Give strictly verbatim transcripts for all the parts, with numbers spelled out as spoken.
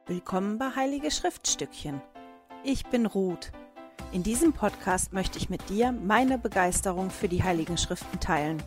Willkommen bei Heilige Schriftstückchen. Ich bin Ruth. In diesem Podcast möchte ich mit dir meine Begeisterung für die Heiligen Schriften teilen.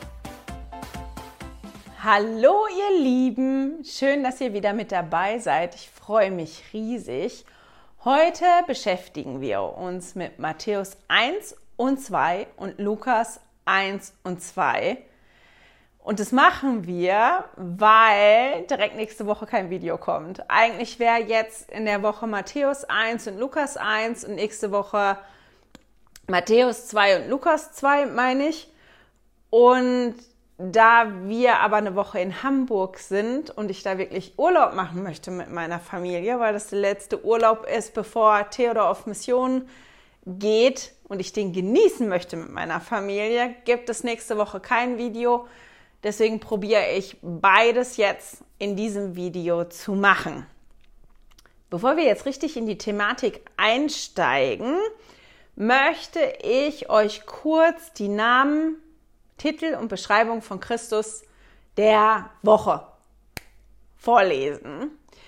Hallo ihr Lieben, schön, dass ihr wieder mit dabei seid. Ich freue mich riesig. Heute beschäftigen wir uns mit Matthäus eins und zwei und Lukas eins und zwei. Und das machen wir, weil direkt nächste Woche kein Video kommt. Eigentlich wäre jetzt in der Woche Matthäus eins und Lukas eins und nächste Woche Matthäus zwei und Lukas zwei, meine ich. Und da wir aber eine Woche in Hamburg sind und ich da wirklich Urlaub machen möchte mit meiner Familie, weil das der letzte Urlaub ist, bevor Theodor auf Mission geht und ich den genießen möchte mit meiner Familie, gibt es nächste Woche kein Video. Deswegen probiere ich beides jetzt in diesem Video zu machen. Bevor wir jetzt richtig in die Thematik einsteigen, möchte ich euch kurz die Namen, Titel und Beschreibung von Christus der Woche vorlesen.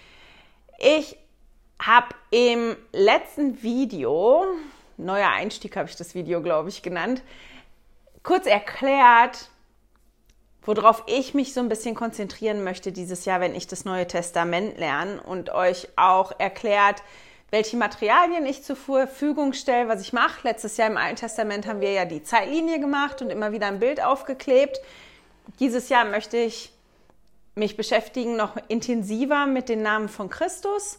Ich habe im letzten Video, neuer Einstieg habe ich das Video, glaube ich, genannt, kurz erklärt, worauf ich mich so ein bisschen konzentrieren möchte dieses Jahr, wenn ich das Neue Testament lerne und euch auch erklärt, welche Materialien ich zur Verfügung stelle, was ich mache. Letztes Jahr im Alten Testament haben wir ja die Zeitlinie gemacht und immer wieder ein Bild aufgeklebt. Dieses Jahr möchte ich mich beschäftigen noch intensiver mit den Namen von Christus.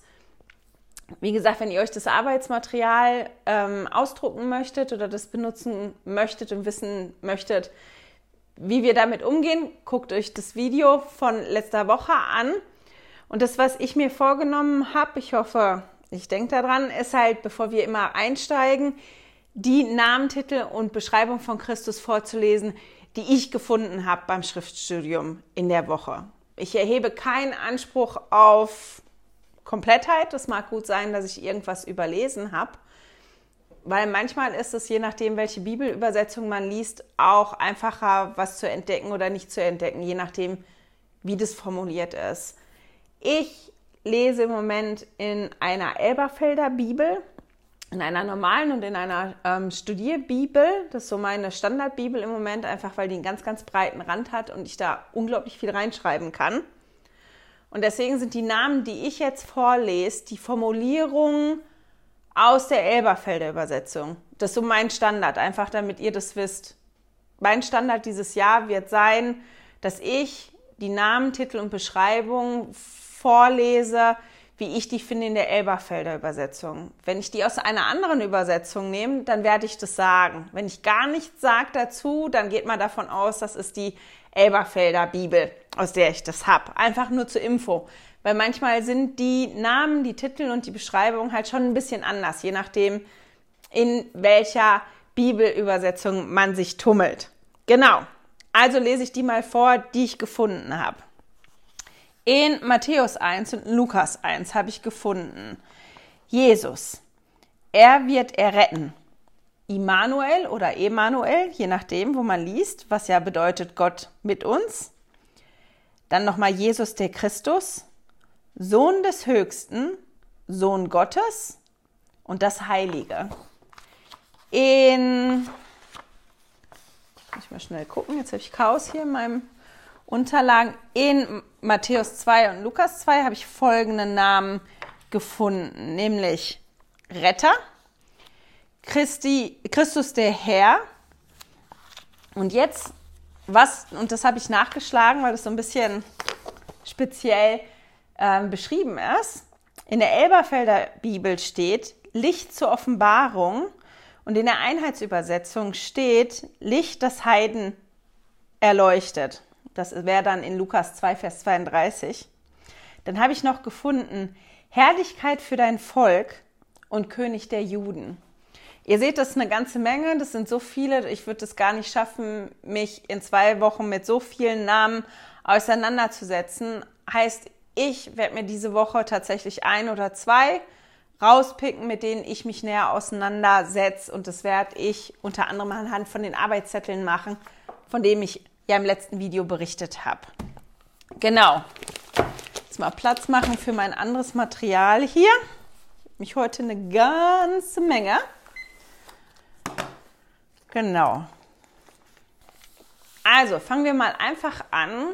Wie gesagt, wenn ihr euch das Arbeitsmaterial ähm, ausdrucken möchtet oder das benutzen möchtet und wissen möchtet, wie wir damit umgehen, guckt euch das Video von letzter Woche an. Und das, was ich mir vorgenommen habe, ich hoffe, ich denke daran, ist halt, bevor wir immer einsteigen, die Namen, Titel und Beschreibung von Christus vorzulesen, die ich gefunden habe beim Schriftstudium in der Woche. Ich erhebe keinen Anspruch auf Komplettheit. Es mag gut sein, dass ich irgendwas überlesen habe. Weil manchmal ist es, je nachdem, welche Bibelübersetzung man liest, auch einfacher, was zu entdecken oder nicht zu entdecken, je nachdem, wie das formuliert ist. Ich lese im Moment in einer Elberfelder Bibel, in einer normalen und in einer ähm, Studierbibel. Das ist so meine Standardbibel im Moment, einfach weil die einen ganz, ganz breiten Rand hat und ich da unglaublich viel reinschreiben kann. Und deswegen sind die Namen, die ich jetzt vorlese, die Formulierungen aus der Elberfelder Übersetzung. Das ist so mein Standard, einfach damit ihr das wisst. Mein Standard dieses Jahr wird sein, dass ich die Namen, Titel und Beschreibungen vorlese, wie ich die finde in der Elberfelder Übersetzung. Wenn ich die aus einer anderen Übersetzung nehme, dann werde ich das sagen. Wenn ich gar nichts sage dazu, dann geht man davon aus, das ist die Elberfelder Bibel, aus der ich das habe. Einfach nur zur Info. Weil manchmal sind die Namen, die Titel und die Beschreibung halt schon ein bisschen anders, je nachdem, in welcher Bibelübersetzung man sich tummelt. Genau, also lese ich die mal vor, die ich gefunden habe. In Matthäus eins und Lukas eins habe ich gefunden, Jesus, er wird erretten. Immanuel oder Emanuel, je nachdem, wo man liest, was ja bedeutet Gott mit uns. Dann nochmal Jesus der Christus, Sohn des Höchsten, Sohn Gottes und das Heilige. In, muss ich mal schnell gucken, jetzt habe ich Chaos hier in meinem Unterlagen. In Matthäus zwei und Lukas zwei habe ich folgende Namen gefunden, nämlich Retter, Christi, Christus der Herr. Und jetzt, was, und das habe ich nachgeschlagen, weil das so ein bisschen speziell äh, beschrieben ist. In der Elberfelder Bibel steht Licht zur Offenbarung und in der Einheitsübersetzung steht Licht, das Heiden erleuchtet. Das wäre dann in Lukas zwei, Vers zweiunddreißig. Dann habe ich noch gefunden Herrlichkeit für dein Volk und König der Juden. Ihr seht, das ist eine ganze Menge, das sind so viele, ich würde es gar nicht schaffen, mich in zwei Wochen mit so vielen Namen auseinanderzusetzen. Heißt, ich werde mir diese Woche tatsächlich ein oder zwei rauspicken, mit denen ich mich näher auseinandersetze. Und das werde ich unter anderem anhand von den Arbeitszetteln machen, von denen ich ja im letzten Video berichtet habe. Genau. Jetzt mal Platz machen für mein anderes Material hier. Mich heute eine ganze Menge. Genau. Also fangen wir mal einfach an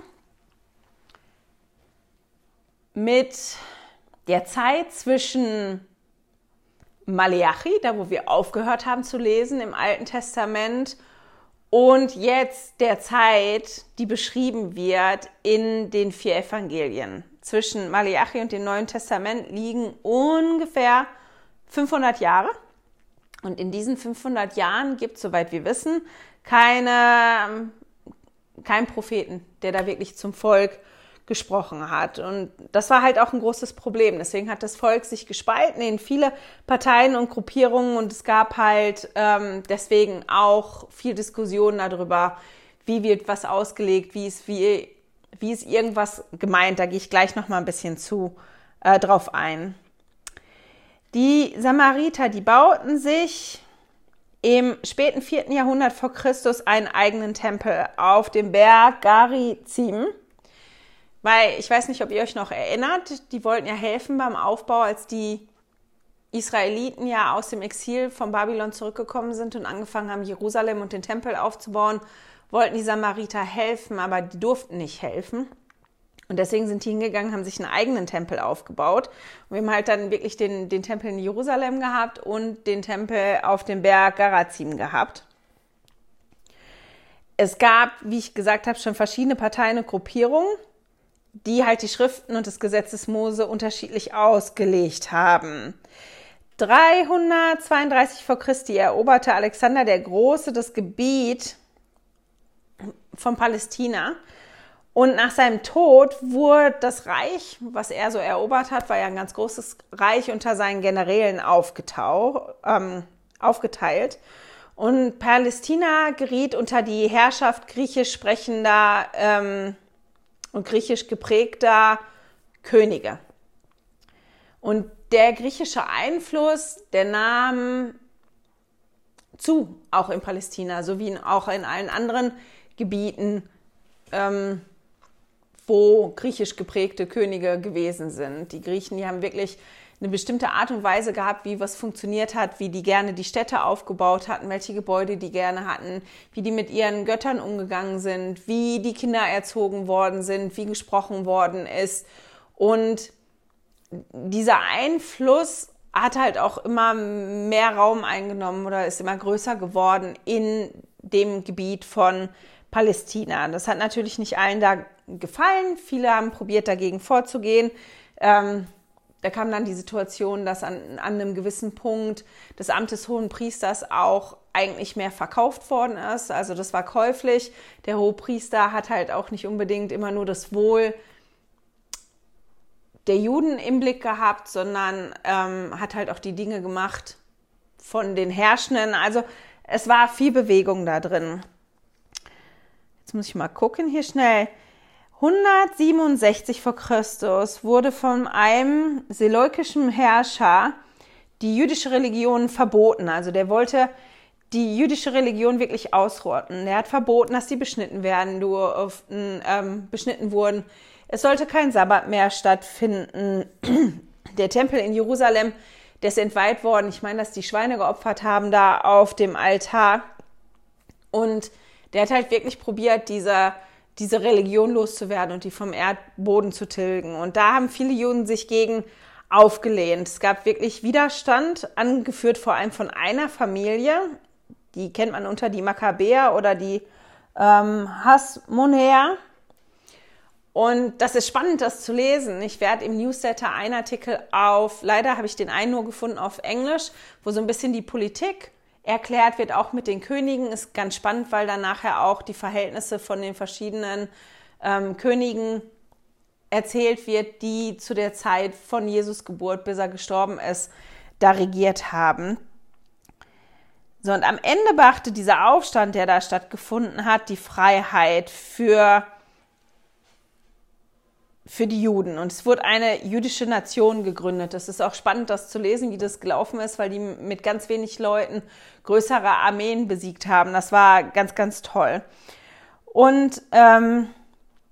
mit der Zeit zwischen Maleachi, da wo wir aufgehört haben zu lesen im Alten Testament, und jetzt der Zeit, die beschrieben wird in den vier Evangelien. Zwischen Maleachi und dem Neuen Testament liegen ungefähr fünfhundert Jahre. Und in diesen fünfhundert Jahren gibt es, soweit wir wissen, keine, keinen Propheten, der da wirklich zum Volk gesprochen hat. Und das war halt auch ein großes Problem. Deswegen hat das Volk sich gespalten in viele Parteien und Gruppierungen und es gab halt ähm, deswegen auch viel Diskussion darüber, wie wird was ausgelegt, wie ist, wie, wie ist irgendwas gemeint. Da gehe ich gleich noch mal ein bisschen zu äh, drauf ein. Die Samariter, die bauten sich im späten vierten Jahrhundert vor Christus einen eigenen Tempel auf dem Berg Garizim. Weil, ich weiß nicht, ob ihr euch noch erinnert, die wollten ja helfen beim Aufbau, als die Israeliten ja aus dem Exil von Babylon zurückgekommen sind und angefangen haben, Jerusalem und den Tempel aufzubauen, wollten die Samariter helfen, aber die durften nicht helfen. Und deswegen sind die hingegangen, haben sich einen eigenen Tempel aufgebaut. Und wir haben halt dann wirklich den, den Tempel in Jerusalem gehabt und den Tempel auf dem Berg Garizim gehabt. Es gab, wie ich gesagt habe, schon verschiedene Parteien und Gruppierungen, die halt die Schriften und das Gesetzes Mose unterschiedlich ausgelegt haben. dreihundertzweiunddreißig vor Christi eroberte Alexander der Große das Gebiet von Palästina. Und nach seinem Tod wurde das Reich, was er so erobert hat, war ja ein ganz großes Reich, unter seinen Generälen aufgetaucht, ähm, aufgeteilt. Und Palästina geriet unter die Herrschaft griechisch sprechender ähm, und griechisch geprägter Könige. Und der griechische Einfluss, der nahm zu, auch in Palästina, sowie auch in allen anderen Gebieten, ähm, wo griechisch geprägte Könige gewesen sind. Die Griechen, die haben wirklich eine bestimmte Art und Weise gehabt, wie was funktioniert hat, wie die gerne die Städte aufgebaut hatten, welche Gebäude die gerne hatten, wie die mit ihren Göttern umgegangen sind, wie die Kinder erzogen worden sind, wie gesprochen worden ist. Und dieser Einfluss hat halt auch immer mehr Raum eingenommen oder ist immer größer geworden in dem Gebiet von Palästina. Das hat natürlich nicht allen da gefallen. Viele haben probiert, dagegen vorzugehen. Ähm, Da kam dann die Situation, dass an, an einem gewissen Punkt des Amts des Hohenpriesters auch eigentlich mehr verkauft worden ist. Also das war käuflich. Der Hohepriester hat halt auch nicht unbedingt immer nur das Wohl der Juden im Blick gehabt, sondern ähm, hat halt auch die Dinge gemacht von den Herrschenden. Also es war viel Bewegung da drin. Jetzt muss ich mal gucken hier schnell. hundertsiebenundsechzig vor Christus wurde von einem seleukischen Herrscher die jüdische Religion verboten. Also der wollte die jüdische Religion wirklich ausrotten. Der hat verboten, dass sie beschnitten werden, durften, ähm, beschnitten wurden. Es sollte kein Sabbat mehr stattfinden. Der Tempel in Jerusalem, der ist entweiht worden. Ich meine, dass die Schweine geopfert haben da auf dem Altar. Und der hat halt wirklich probiert, diese diese Religion loszuwerden und die vom Erdboden zu tilgen. Und da haben viele Juden sich gegen aufgelehnt. Es gab wirklich Widerstand, angeführt vor allem von einer Familie. Die kennt man unter die Makkabäer oder die ähm, Hasmonäer. Und das ist spannend, das zu lesen. Ich werde im Newsletter einen Artikel auf, leider habe ich den einen nur gefunden auf Englisch, wo so ein bisschen die Politik erklärt wird, auch mit den Königen. Ist ganz spannend, weil dann nachher auch die Verhältnisse von den verschiedenen ähm, Königen erzählt wird, die zu der Zeit von Jesus Geburt, bis er gestorben ist, da regiert haben. So, und am Ende brachte dieser Aufstand, der da stattgefunden hat, die Freiheit für für die Juden. Und es wurde eine jüdische Nation gegründet. Es ist auch spannend, das zu lesen, wie das gelaufen ist, weil die mit ganz wenig Leuten größere Armeen besiegt haben. Das war ganz, ganz toll. Und ähm,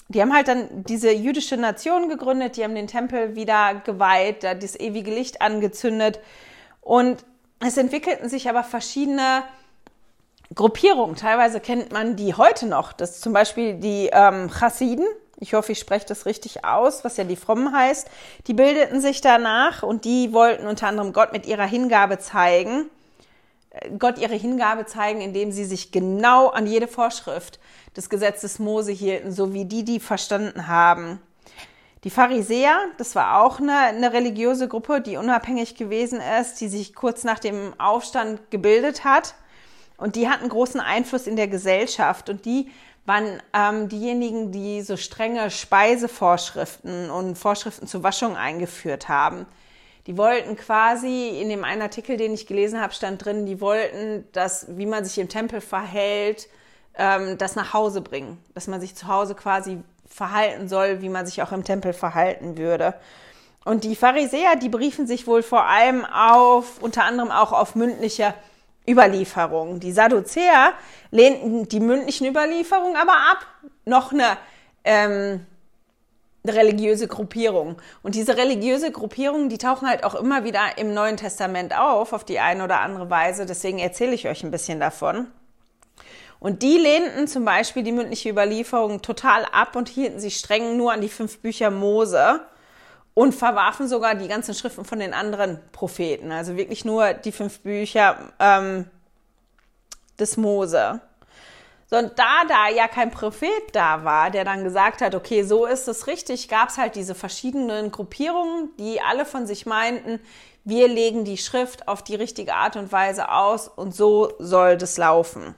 die haben halt dann diese jüdische Nation gegründet, die haben den Tempel wieder geweiht, da das ewige Licht angezündet. Und es entwickelten sich aber verschiedene Gruppierungen. Teilweise kennt man die heute noch. Das ist zum Beispiel die ähm, Chassiden. Ich hoffe, ich spreche das richtig aus, was ja die Frommen heißt. Die bildeten sich danach und die wollten unter anderem Gott mit ihrer Hingabe zeigen. Gott ihre Hingabe zeigen, indem sie sich genau an jede Vorschrift des Gesetzes Mose hielten, so wie die, die verstanden haben. Die Pharisäer, das war auch eine, eine religiöse Gruppe, die unabhängig gewesen ist, die sich kurz nach dem Aufstand gebildet hat. Und die hatten großen Einfluss in der Gesellschaft. Und die waren ähm, diejenigen, die so strenge Speisevorschriften und Vorschriften zur Waschung eingeführt haben. Die wollten quasi, in dem einen Artikel, den ich gelesen habe, stand drin, die wollten, dass, wie man sich im Tempel verhält, ähm, das nach Hause bringen. Dass man sich zu Hause quasi verhalten soll, wie man sich auch im Tempel verhalten würde. Und die Pharisäer, die beriefen sich wohl vor allem auf, unter anderem auch auf mündliche Überlieferungen. Die Sadduzäer lehnten die mündlichen Überlieferungen aber ab. Noch eine, ähm, eine religiöse Gruppierung. Und diese religiöse Gruppierungen, die tauchen halt auch immer wieder im Neuen Testament auf, auf die eine oder andere Weise. Deswegen erzähle ich euch ein bisschen davon. Und die lehnten zum Beispiel die mündliche Überlieferung total ab und hielten sich streng nur an die fünf Bücher Mose und verwarfen sogar die ganzen Schriften von den anderen Propheten. Also wirklich nur die fünf Bücher ähm, des Mose. So, und da da ja kein Prophet da war, der dann gesagt hat, okay, so ist es richtig, gab es halt diese verschiedenen Gruppierungen, die alle von sich meinten, wir legen die Schrift auf die richtige Art und Weise aus und so soll das laufen.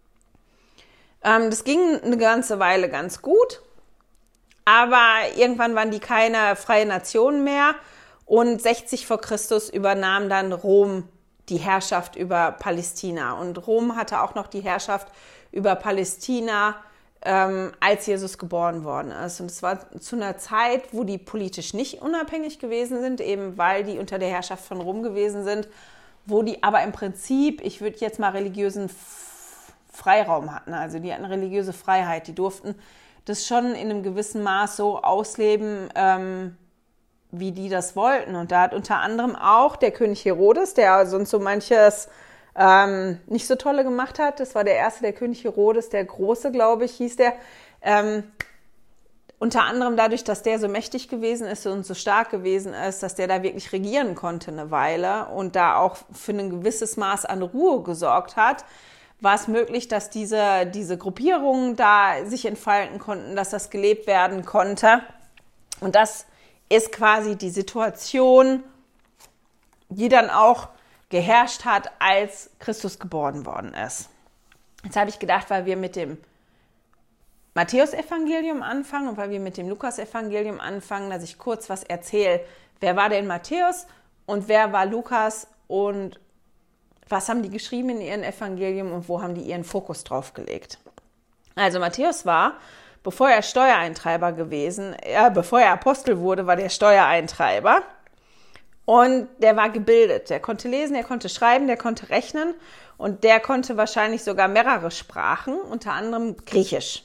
Ähm, das ging eine ganze Weile ganz gut, aber irgendwann waren die keine freie Nation mehr und sechzig vor Christus übernahm dann Rom die Herrschaft über Palästina. Und Rom hatte auch noch die Herrschaft über Palästina, ähm, als Jesus geboren worden ist. Und es war zu einer Zeit, wo die politisch nicht unabhängig gewesen sind, eben weil die unter der Herrschaft von Rom gewesen sind, wo die aber im Prinzip, ich würde jetzt mal religiösen Freiraum hatten. Also die hatten religiöse Freiheit. Die durften das schon in einem gewissen Maß so ausleben, ähm, wie die das wollten. Und da hat unter anderem auch der König Herodes, der sonst so manches ähm, nicht so tolle gemacht hat, das war der erste, der König Herodes, der Große, glaube ich, hieß der, ähm, unter anderem dadurch, dass der so mächtig gewesen ist und so stark gewesen ist, dass der da wirklich regieren konnte eine Weile und da auch für ein gewisses Maß an Ruhe gesorgt hat, war es möglich, dass diese, diese Gruppierungen da sich entfalten konnten, dass das gelebt werden konnte. Und das ist quasi die Situation, die dann auch geherrscht hat, als Christus geboren worden ist. Jetzt habe ich gedacht, weil wir mit dem Matthäus-Evangelium anfangen und weil wir mit dem Lukas-Evangelium anfangen, dass ich kurz was erzähle. Wer war denn Matthäus und wer war Lukas und was haben die geschrieben in ihrem Evangelium und wo haben die ihren Fokus drauf gelegt? Also Matthäus war, bevor er Steuereintreiber gewesen, äh, bevor er Apostel wurde, war der Steuereintreiber und der war gebildet. Der konnte lesen, der konnte schreiben, der konnte rechnen und der konnte wahrscheinlich sogar mehrere Sprachen, unter anderem Griechisch.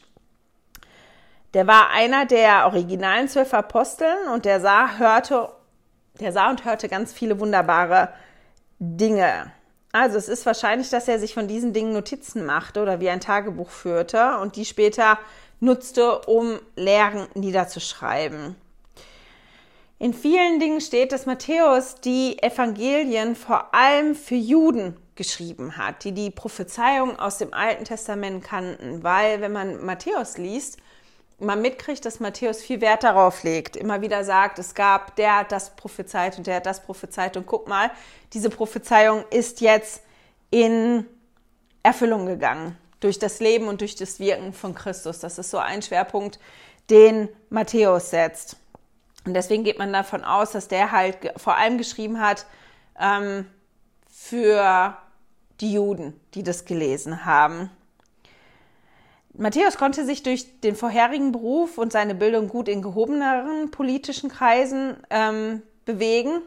Der war einer der originalen zwölf Aposteln und der sah, hörte, der sah und hörte ganz viele wunderbare Dinge. Also es ist wahrscheinlich, dass er sich von diesen Dingen Notizen machte oder wie ein Tagebuch führte und die später nutzte, um Lehren niederzuschreiben. In vielen Dingen steht, dass Matthäus die Evangelien vor allem für Juden geschrieben hat, die die Prophezeiung aus dem Alten Testament kannten, weil wenn man Matthäus liest, man mitkriegt, dass Matthäus viel Wert darauf legt, immer wieder sagt, es gab, der hat das prophezeit und der hat das prophezeit und guck mal, diese Prophezeiung ist jetzt in Erfüllung gegangen durch das Leben und durch das Wirken von Christus. Das ist so ein Schwerpunkt, den Matthäus setzt. Und deswegen geht man davon aus, dass der halt vor allem geschrieben hat ähm, für die Juden, die das gelesen haben. Matthäus konnte sich durch den vorherigen Beruf und seine Bildung gut in gehobeneren politischen Kreisen ähm, bewegen.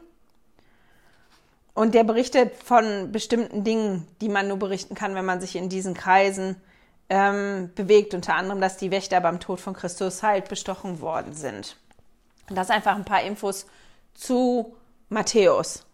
Und der berichtet von bestimmten Dingen, die man nur berichten kann, wenn man sich in diesen Kreisen ähm, bewegt, unter anderem, dass die Wächter beim Tod von Christus halt bestochen worden sind. Und das einfach ein paar Infos zu Matthäus.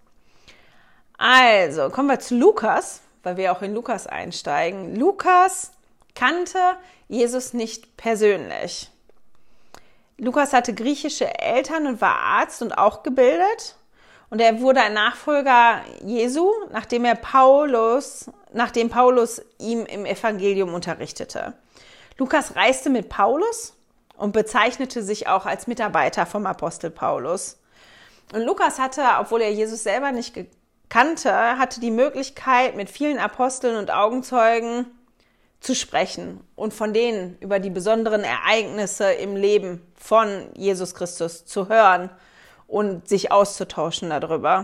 Also, kommen wir zu Lukas, weil wir auch in Lukas einsteigen. Lukas kannte Jesus nicht persönlich. Lukas hatte griechische Eltern und war Arzt und auch gebildet. Und er wurde ein Nachfolger Jesu, nachdem er Paulus, nachdem Paulus ihm im Evangelium unterrichtete. Lukas reiste mit Paulus und bezeichnete sich auch als Mitarbeiter vom Apostel Paulus. Und Lukas hatte, obwohl er Jesus selber nicht kannte, hatte die Möglichkeit, mit vielen Aposteln und Augenzeugen zu sprechen und von denen über die besonderen Ereignisse im Leben von Jesus Christus zu hören und sich auszutauschen darüber.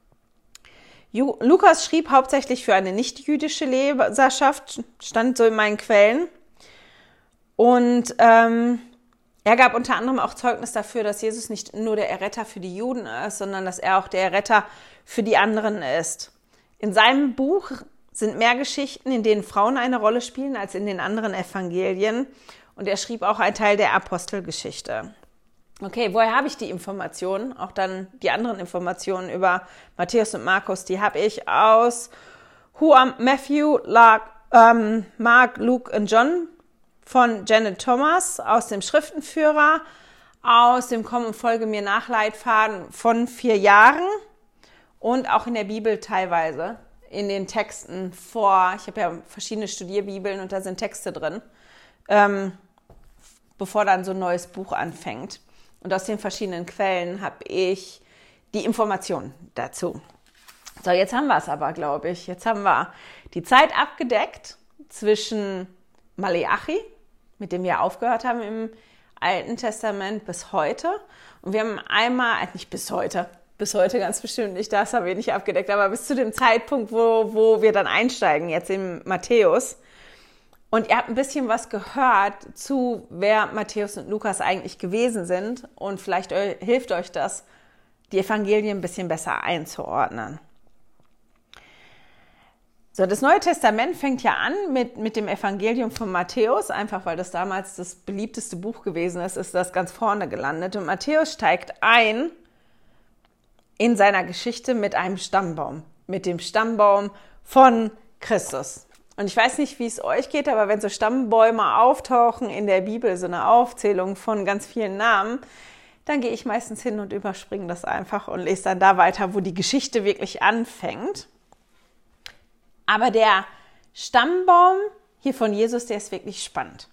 Ju- Lukas schrieb hauptsächlich für eine nicht-jüdische Leserschaft, stand so in meinen Quellen. Und ähm, er gab unter anderem auch Zeugnis dafür, dass Jesus nicht nur der Erretter für die Juden ist, sondern dass er auch der Erretter für die anderen ist. In seinem Buch sind mehr Geschichten, in denen Frauen eine Rolle spielen, als in den anderen Evangelien. Und er schrieb auch einen Teil der Apostelgeschichte. Okay, woher habe ich die Informationen? Auch dann die anderen Informationen über Matthäus und Markus, die habe ich aus Who Are Matthew, Mark, Luke und John von Janet Thomas, aus dem Schriftenführer, aus dem Komm und Folge mir nach Leitfaden von vier Jahren und auch in der Bibel teilweise, in den Texten vor, ich habe ja verschiedene Studierbibeln und da sind Texte drin, ähm, bevor dann so ein neues Buch anfängt. Und aus den verschiedenen Quellen habe ich die Informationen dazu. So, jetzt haben wir es aber, glaube ich. Jetzt haben wir die Zeit abgedeckt zwischen Maleachi, mit dem wir aufgehört haben im Alten Testament, bis heute. Und wir haben einmal, äh, nicht bis heute, bis heute ganz bestimmt nicht, das haben wir nicht abgedeckt, aber bis zu dem Zeitpunkt, wo, wo wir dann einsteigen, jetzt in Matthäus. Und ihr habt ein bisschen was gehört zu, wer Matthäus und Lukas eigentlich gewesen sind. Und vielleicht eu- hilft euch das, die Evangelien ein bisschen besser einzuordnen. So, das Neue Testament fängt ja an mit, mit dem Evangelium von Matthäus, einfach weil das damals das beliebteste Buch gewesen ist, ist das ganz vorne gelandet. Und Matthäus steigt ein in seiner Geschichte mit einem Stammbaum, mit dem Stammbaum von Christus. Und ich weiß nicht, wie es euch geht, aber wenn so Stammbäume auftauchen in der Bibel, so eine Aufzählung von ganz vielen Namen, dann gehe ich meistens hin und überspringe das einfach und lese dann da weiter, wo die Geschichte wirklich anfängt. Aber der Stammbaum hier von Jesus, der ist wirklich spannend.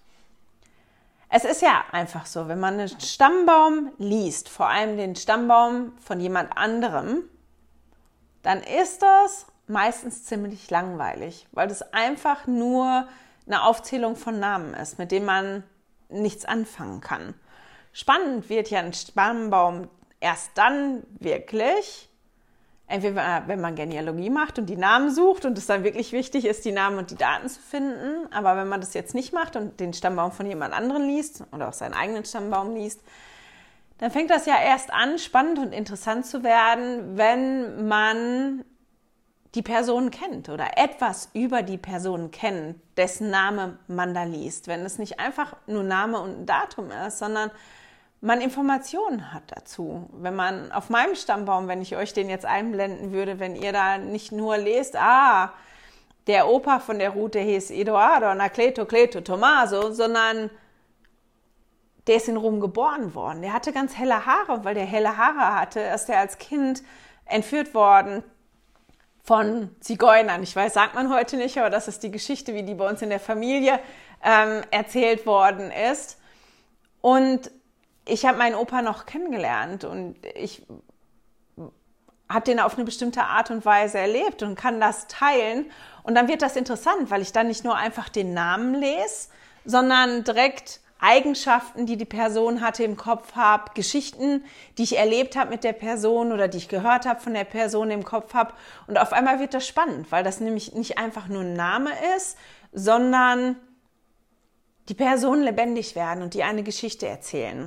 Es ist ja einfach so, wenn man einen Stammbaum liest, vor allem den Stammbaum von jemand anderem, dann ist das meistens ziemlich langweilig, weil das einfach nur eine Aufzählung von Namen ist, mit dem man nichts anfangen kann. Spannend wird ja ein Stammbaum erst dann wirklich, entweder wenn man Genealogie macht und die Namen sucht und es dann wirklich wichtig ist, die Namen und die Daten zu finden. Aber wenn man das jetzt nicht macht und den Stammbaum von jemand anderem liest oder auch seinen eigenen Stammbaum liest, dann fängt das ja erst an, spannend und interessant zu werden, wenn man die Person kennt oder etwas über die Person kennt, dessen Name man da liest. Wenn es nicht einfach nur Name und ein Datum ist, sondern man Informationen hat dazu. Wenn man auf meinem Stammbaum, wenn ich euch den jetzt einblenden würde, wenn ihr da nicht nur lest, ah, der Opa von der Ruth, der hieß Edoardo, Anacleto, Cleto, Tommaso, sondern der ist in Rom geboren worden. Der hatte ganz helle Haare und weil der helle Haare hatte, ist er als Kind entführt worden von Zigeunern. Ich weiß, sagt man heute nicht, aber das ist die Geschichte, wie die bei uns in der Familie ähm, erzählt worden ist. Und ich habe meinen Opa noch kennengelernt und ich habe den auf eine bestimmte Art und Weise erlebt und kann das teilen. Und dann wird das interessant, weil ich dann nicht nur einfach den Namen lese, sondern direkt Eigenschaften, die die Person hatte, im Kopf habe, Geschichten, die ich erlebt habe mit der Person oder die ich gehört habe von der Person im Kopf habe. Und auf einmal wird das spannend, weil das nämlich nicht einfach nur ein Name ist, sondern die Personen lebendig werden und die eine Geschichte erzählen.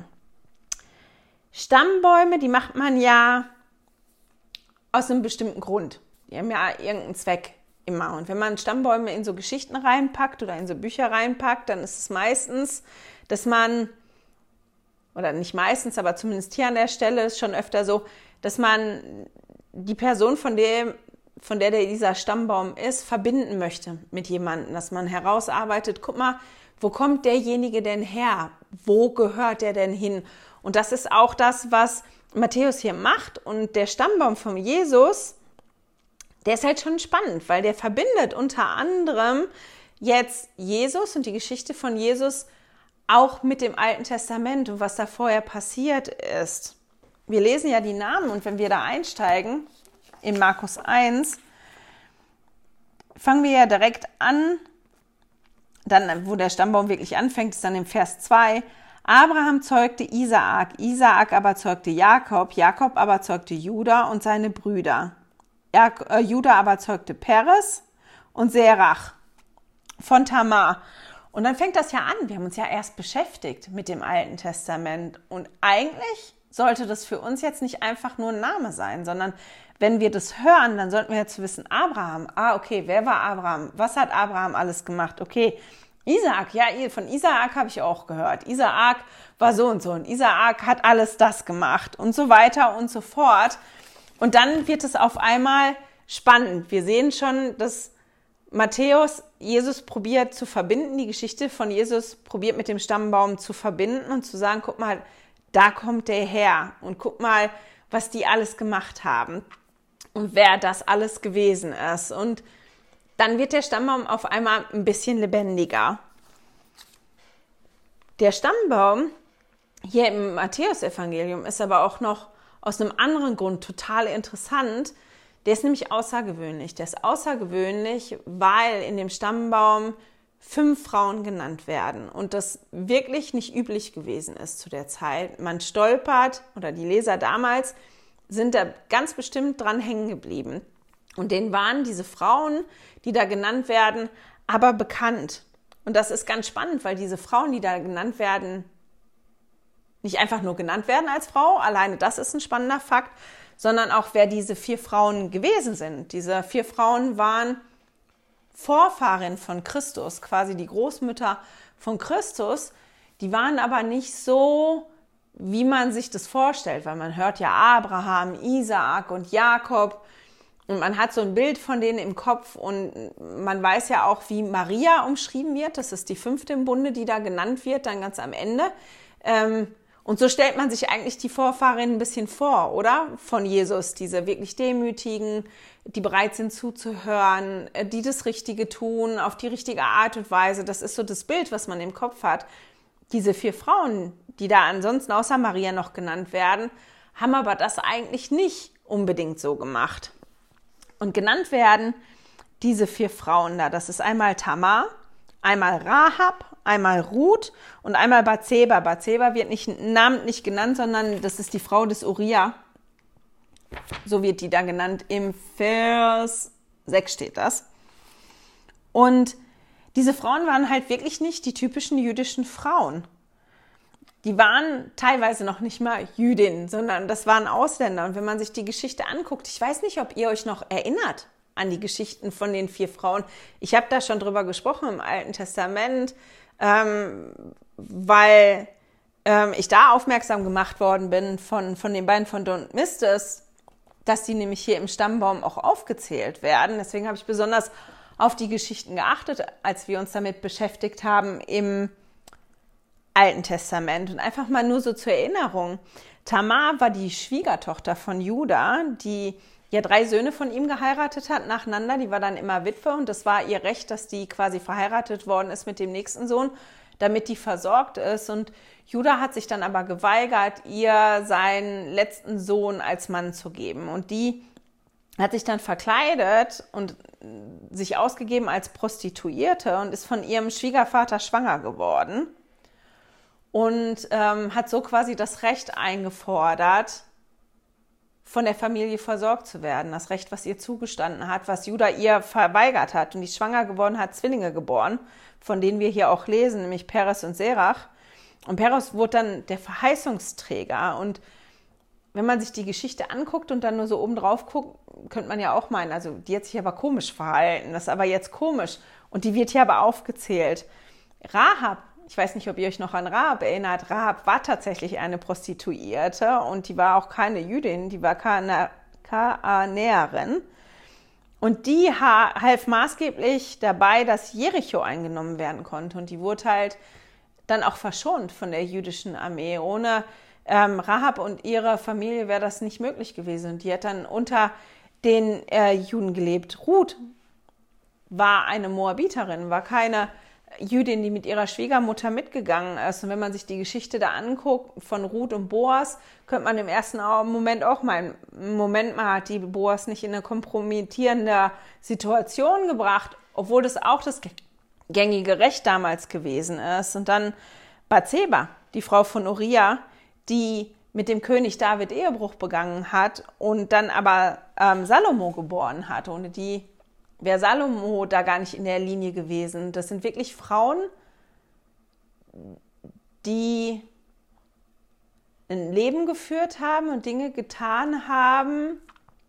Stammbäume, die macht man ja aus einem bestimmten Grund. Die haben ja irgendeinen Zweck. immer. Und wenn man Stammbäume in so Geschichten reinpackt oder in so Bücher reinpackt, dann ist es meistens, dass man, oder nicht meistens, aber zumindest hier an der Stelle ist schon öfter so, dass man die Person, von der, von der dieser Stammbaum ist, verbinden möchte mit jemandem. Dass man herausarbeitet, guck mal, wo kommt derjenige denn her? Wo gehört der denn hin? Und das ist auch das, was Matthäus hier macht. Und der Stammbaum von Jesus, der ist halt schon spannend, weil der verbindet unter anderem jetzt Jesus und die Geschichte von Jesus auch mit dem Alten Testament und was da vorher passiert ist. Wir lesen ja die Namen und wenn wir da einsteigen, in Markus eins, fangen wir ja direkt an, dann, wo der Stammbaum wirklich anfängt, ist dann im Vers zwei. Abraham zeugte Isaak, Isaak aber zeugte Jakob, Jakob aber zeugte Juda und seine Brüder. Jak- äh, Juda aber zeugte Peres und Serach von Tamar. Und dann fängt das ja an. Wir haben uns ja erst beschäftigt mit dem Alten Testament. Und eigentlich sollte das für uns jetzt nicht einfach nur ein Name sein, sondern wenn wir das hören, dann sollten wir jetzt wissen, Abraham, ah, okay, wer war Abraham? Was hat Abraham alles gemacht? Okay, Isaak, ja, von Isaak habe ich auch gehört. Isaak war so und so und Isaak hat alles das gemacht und so weiter und so fort. Und dann wird es auf einmal spannend. Wir sehen schon, dass Matthäus Jesus probiert zu verbinden, die Geschichte von Jesus probiert mit dem Stammbaum zu verbinden und zu sagen, guck mal, da kommt der her und guck mal, was die alles gemacht haben und wer das alles gewesen ist. Und dann wird der Stammbaum auf einmal ein bisschen lebendiger. Der Stammbaum hier im Matthäusevangelium ist aber auch noch aus einem anderen Grund total interessant. Der ist nämlich außergewöhnlich. Der ist außergewöhnlich, weil in dem Stammbaum fünf Frauen genannt werden und das wirklich nicht üblich gewesen ist zu der Zeit. Man stolpert, oder die Leser damals sind da ganz bestimmt dran hängen geblieben. Und denen waren diese Frauen, die da genannt werden, aber bekannt. Und das ist ganz spannend, weil diese Frauen, die da genannt werden, nicht einfach nur genannt werden als Frau, alleine das ist ein spannender Fakt, sondern auch, wer diese vier Frauen gewesen sind. Diese vier Frauen waren Vorfahrinnen von Christus, quasi die Großmütter von Christus. Die waren aber nicht so, wie man sich das vorstellt, weil man hört ja Abraham, Isaak und Jakob und man hat so ein Bild von denen im Kopf und man weiß ja auch, wie Maria umschrieben wird. Das ist die fünfte im Bunde, die da genannt wird, dann ganz am Ende. Ähm, Und so stellt man sich eigentlich die Vorfahrinnen ein bisschen vor, oder? Von Jesus, diese wirklich Demütigen, die bereit sind zuzuhören, die das Richtige tun, auf die richtige Art und Weise. Das ist so das Bild, was man im Kopf hat. Diese vier Frauen, die da ansonsten außer Maria noch genannt werden, haben aber das eigentlich nicht unbedingt so gemacht. Und genannt werden diese vier Frauen da. Das ist einmal Tamar, einmal Rahab, einmal Ruth und einmal Bathseba. Bathseba wird nicht namentlich genannt, sondern das ist die Frau des Uria. So wird die da genannt. Im Vers sechs steht das. Und diese Frauen waren halt wirklich nicht die typischen jüdischen Frauen. Die waren teilweise noch nicht mal Jüdinnen, sondern das waren Ausländer. Und wenn man sich die Geschichte anguckt, ich weiß nicht, ob ihr euch noch erinnert an die Geschichten von den vier Frauen. Ich habe da schon drüber gesprochen im Alten Testament, ähm, weil ähm, ich da aufmerksam gemacht worden bin von, von den beiden von Don't Miss This, dass die nämlich hier im Stammbaum auch aufgezählt werden. Deswegen habe ich besonders auf die Geschichten geachtet, als wir uns damit beschäftigt haben im Alten Testament. Und einfach mal nur so zur Erinnerung. Tamar war die Schwiegertochter von Juda, die ja drei Söhne von ihm geheiratet hat nacheinander. Die war dann immer Witwe und das war ihr Recht, dass die quasi verheiratet worden ist mit dem nächsten Sohn, damit die versorgt ist. Und Juda hat sich dann aber geweigert, ihr seinen letzten Sohn als Mann zu geben. Und die hat sich dann verkleidet und sich ausgegeben als Prostituierte und ist von ihrem Schwiegervater schwanger geworden und ähm, hat so quasi das Recht eingefordert, von der Familie versorgt zu werden. Das Recht, was ihr zugestanden hat, was Juda ihr verweigert hat. Und die schwanger geworden hat, Zwillinge geboren, von denen wir hier auch lesen, nämlich Peres und Serach. Und Peres wurde dann der Verheißungsträger. Und wenn man sich die Geschichte anguckt und dann nur so oben drauf guckt, könnte man ja auch meinen, also die hat sich aber komisch verhalten, das ist aber jetzt komisch. Und die wird hier aber aufgezählt. Rahab, ich weiß nicht, ob ihr euch noch an Rahab erinnert, Rahab war tatsächlich eine Prostituierte und die war auch keine Jüdin, die war keine Kaanäerin. Und die half maßgeblich dabei, dass Jericho eingenommen werden konnte. Und die wurde halt dann auch verschont von der jüdischen Armee. Ohne ähm, Rahab und ihre Familie wäre das nicht möglich gewesen. Und die hat dann unter den äh, Juden gelebt. Ruth war eine Moabiterin, war keine Jüdin, die mit ihrer Schwiegermutter mitgegangen ist. Und wenn man sich die Geschichte da anguckt von Ruth und Boas, könnte man im ersten Moment auch meinen, Moment mal, hat die Boas nicht in eine kompromittierende Situation gebracht, obwohl das auch das gängige Recht damals gewesen ist. Und dann Bathseba, die Frau von Uriah, die mit dem König David Ehebruch begangen hat und dann aber ähm, Salomo geboren hat. Ohne die wäre Salomo da gar nicht in der Linie gewesen. Das sind wirklich Frauen, die ein Leben geführt haben und Dinge getan haben,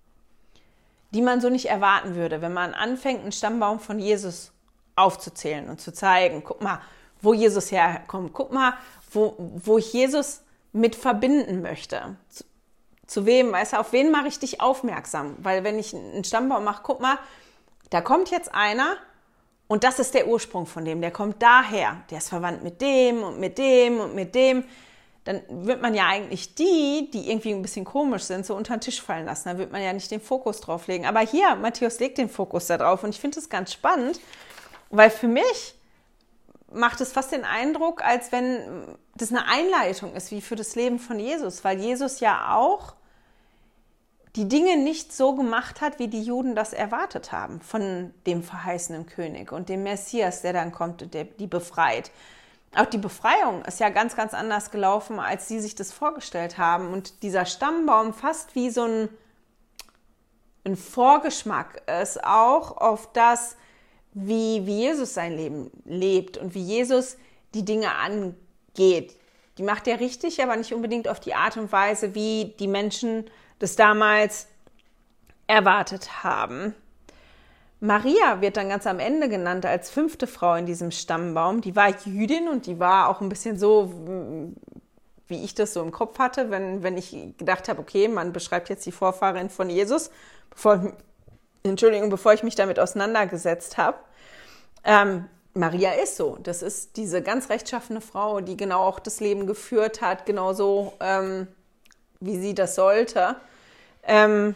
die man so nicht erwarten würde, wenn man anfängt, einen Stammbaum von Jesus aufzuzählen und zu zeigen, guck mal, wo Jesus herkommt, guck mal, wo, wo ich Jesus mit verbinden möchte. Zu, zu wem, weißt du, auf wen mache ich dich aufmerksam? Weil wenn ich einen Stammbaum mache, guck mal, da kommt jetzt einer und das ist der Ursprung von dem, der kommt daher, der ist verwandt mit dem und mit dem und mit dem. Dann wird man ja eigentlich die, die irgendwie ein bisschen komisch sind, so unter den Tisch fallen lassen. Da wird man ja nicht den Fokus drauf legen. Aber hier, Matthäus legt den Fokus da drauf und ich finde das ganz spannend, weil für mich macht es fast den Eindruck, als wenn das eine Einleitung ist, wie für das Leben von Jesus, weil Jesus ja auch die Dinge nicht so gemacht hat, wie die Juden das erwartet haben von dem verheißenen König und dem Messias, der dann kommt und der die befreit. Auch die Befreiung ist ja ganz, ganz anders gelaufen, als sie sich das vorgestellt haben. Und dieser Stammbaum fast wie so ein, ein Vorgeschmack ist auch auf das, wie, wie Jesus sein Leben lebt und wie Jesus die Dinge angeht. Die macht er richtig, aber nicht unbedingt auf die Art und Weise, wie die Menschen das damals erwartet haben. Maria wird dann ganz am Ende genannt als fünfte Frau in diesem Stammbaum. Die war Jüdin und die war auch ein bisschen so, wie ich das so im Kopf hatte, wenn, wenn ich gedacht habe, okay, man beschreibt jetzt die Vorfahrin von Jesus, bevor, Entschuldigung, bevor ich mich damit auseinandergesetzt habe. Ähm, Maria ist so. Das ist diese ganz rechtschaffene Frau, die genau auch das Leben geführt hat, genauso ähm, wie sie das sollte. Ähm,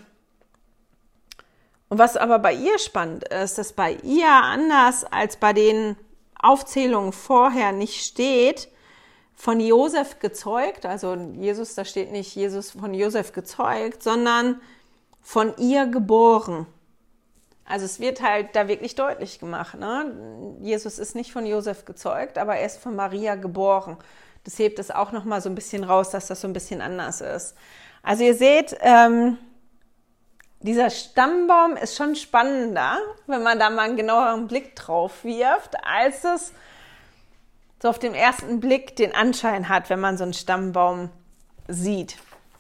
Und was aber bei ihr spannend ist, dass bei ihr anders als bei den Aufzählungen vorher nicht steht, von Josef gezeugt, also Jesus, da steht nicht Jesus von Josef gezeugt, sondern von ihr geboren. Also es wird halt da wirklich deutlich gemacht, ne? Jesus ist nicht von Josef gezeugt, aber er ist von Maria geboren. Das hebt es auch nochmal so ein bisschen raus, dass das so ein bisschen anders ist. Also ihr seht, ähm, dieser Stammbaum ist schon spannender, wenn man da mal einen genaueren Blick drauf wirft, als es so auf den ersten Blick den Anschein hat, wenn man so einen Stammbaum sieht.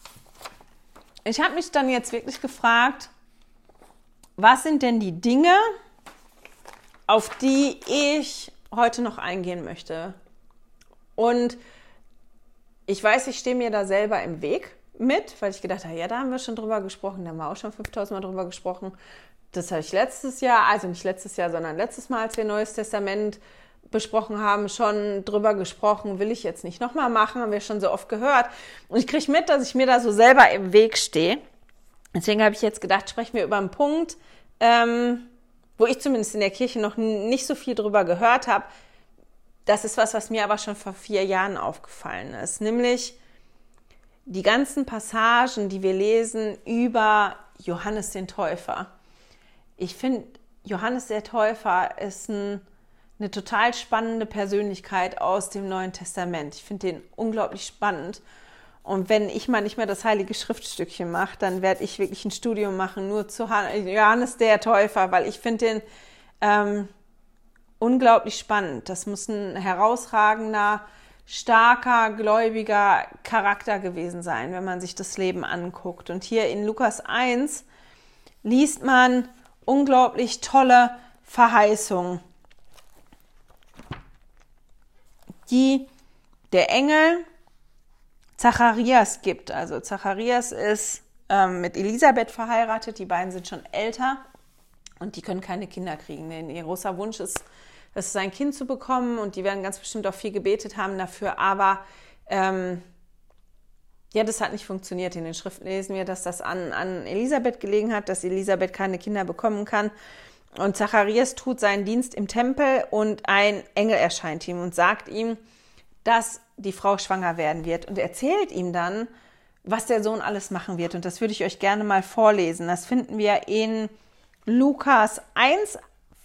Ich habe mich dann jetzt wirklich gefragt, was sind denn die Dinge, auf die ich heute noch eingehen möchte? Und ich weiß, ich stehe mir da selber im Weg mit, weil ich gedacht habe, ja, da haben wir schon drüber gesprochen, da haben wir auch schon fünftausend Mal drüber gesprochen. Das habe ich letztes Jahr, also nicht letztes Jahr, sondern letztes Mal, als wir Neues Testament besprochen haben, schon drüber gesprochen, will ich jetzt nicht nochmal machen, haben wir schon so oft gehört. Und ich kriege mit, dass ich mir da so selber im Weg stehe. Deswegen habe ich jetzt gedacht, sprechen wir über einen Punkt, ähm, wo ich zumindest in der Kirche noch nicht so viel drüber gehört habe. Das ist was, was mir aber schon vor vier Jahren aufgefallen ist, nämlich die ganzen Passagen, die wir lesen über Johannes den Täufer. Ich finde, Johannes der Täufer ist ein, eine total spannende Persönlichkeit aus dem Neuen Testament. Ich finde den unglaublich spannend. Und wenn ich mal nicht mehr das heilige Schriftstückchen mache, dann werde ich wirklich ein Studium machen, nur zu Johannes der Täufer, weil ich finde den ähm, unglaublich spannend. Das muss ein herausragender starker, gläubiger Charakter gewesen sein, wenn man sich das Leben anguckt. Und hier in Lukas eins liest man unglaublich tolle Verheißungen, die der Engel Zacharias gibt. Also Zacharias ist ähm, mit Elisabeth verheiratet, die beiden sind schon älter und die können keine Kinder kriegen. Denn ihr großer Wunsch ist, das ist ein Kind zu bekommen und die werden ganz bestimmt auch viel gebetet haben dafür, aber ähm, ja, das hat nicht funktioniert. In den Schriften lesen wir, dass das an, an Elisabeth gelegen hat, dass Elisabeth keine Kinder bekommen kann. Und Zacharias tut seinen Dienst im Tempel und ein Engel erscheint ihm und sagt ihm, dass die Frau schwanger werden wird und erzählt ihm dann, was der Sohn alles machen wird. Und das würde ich euch gerne mal vorlesen. Das finden wir in Lukas eins,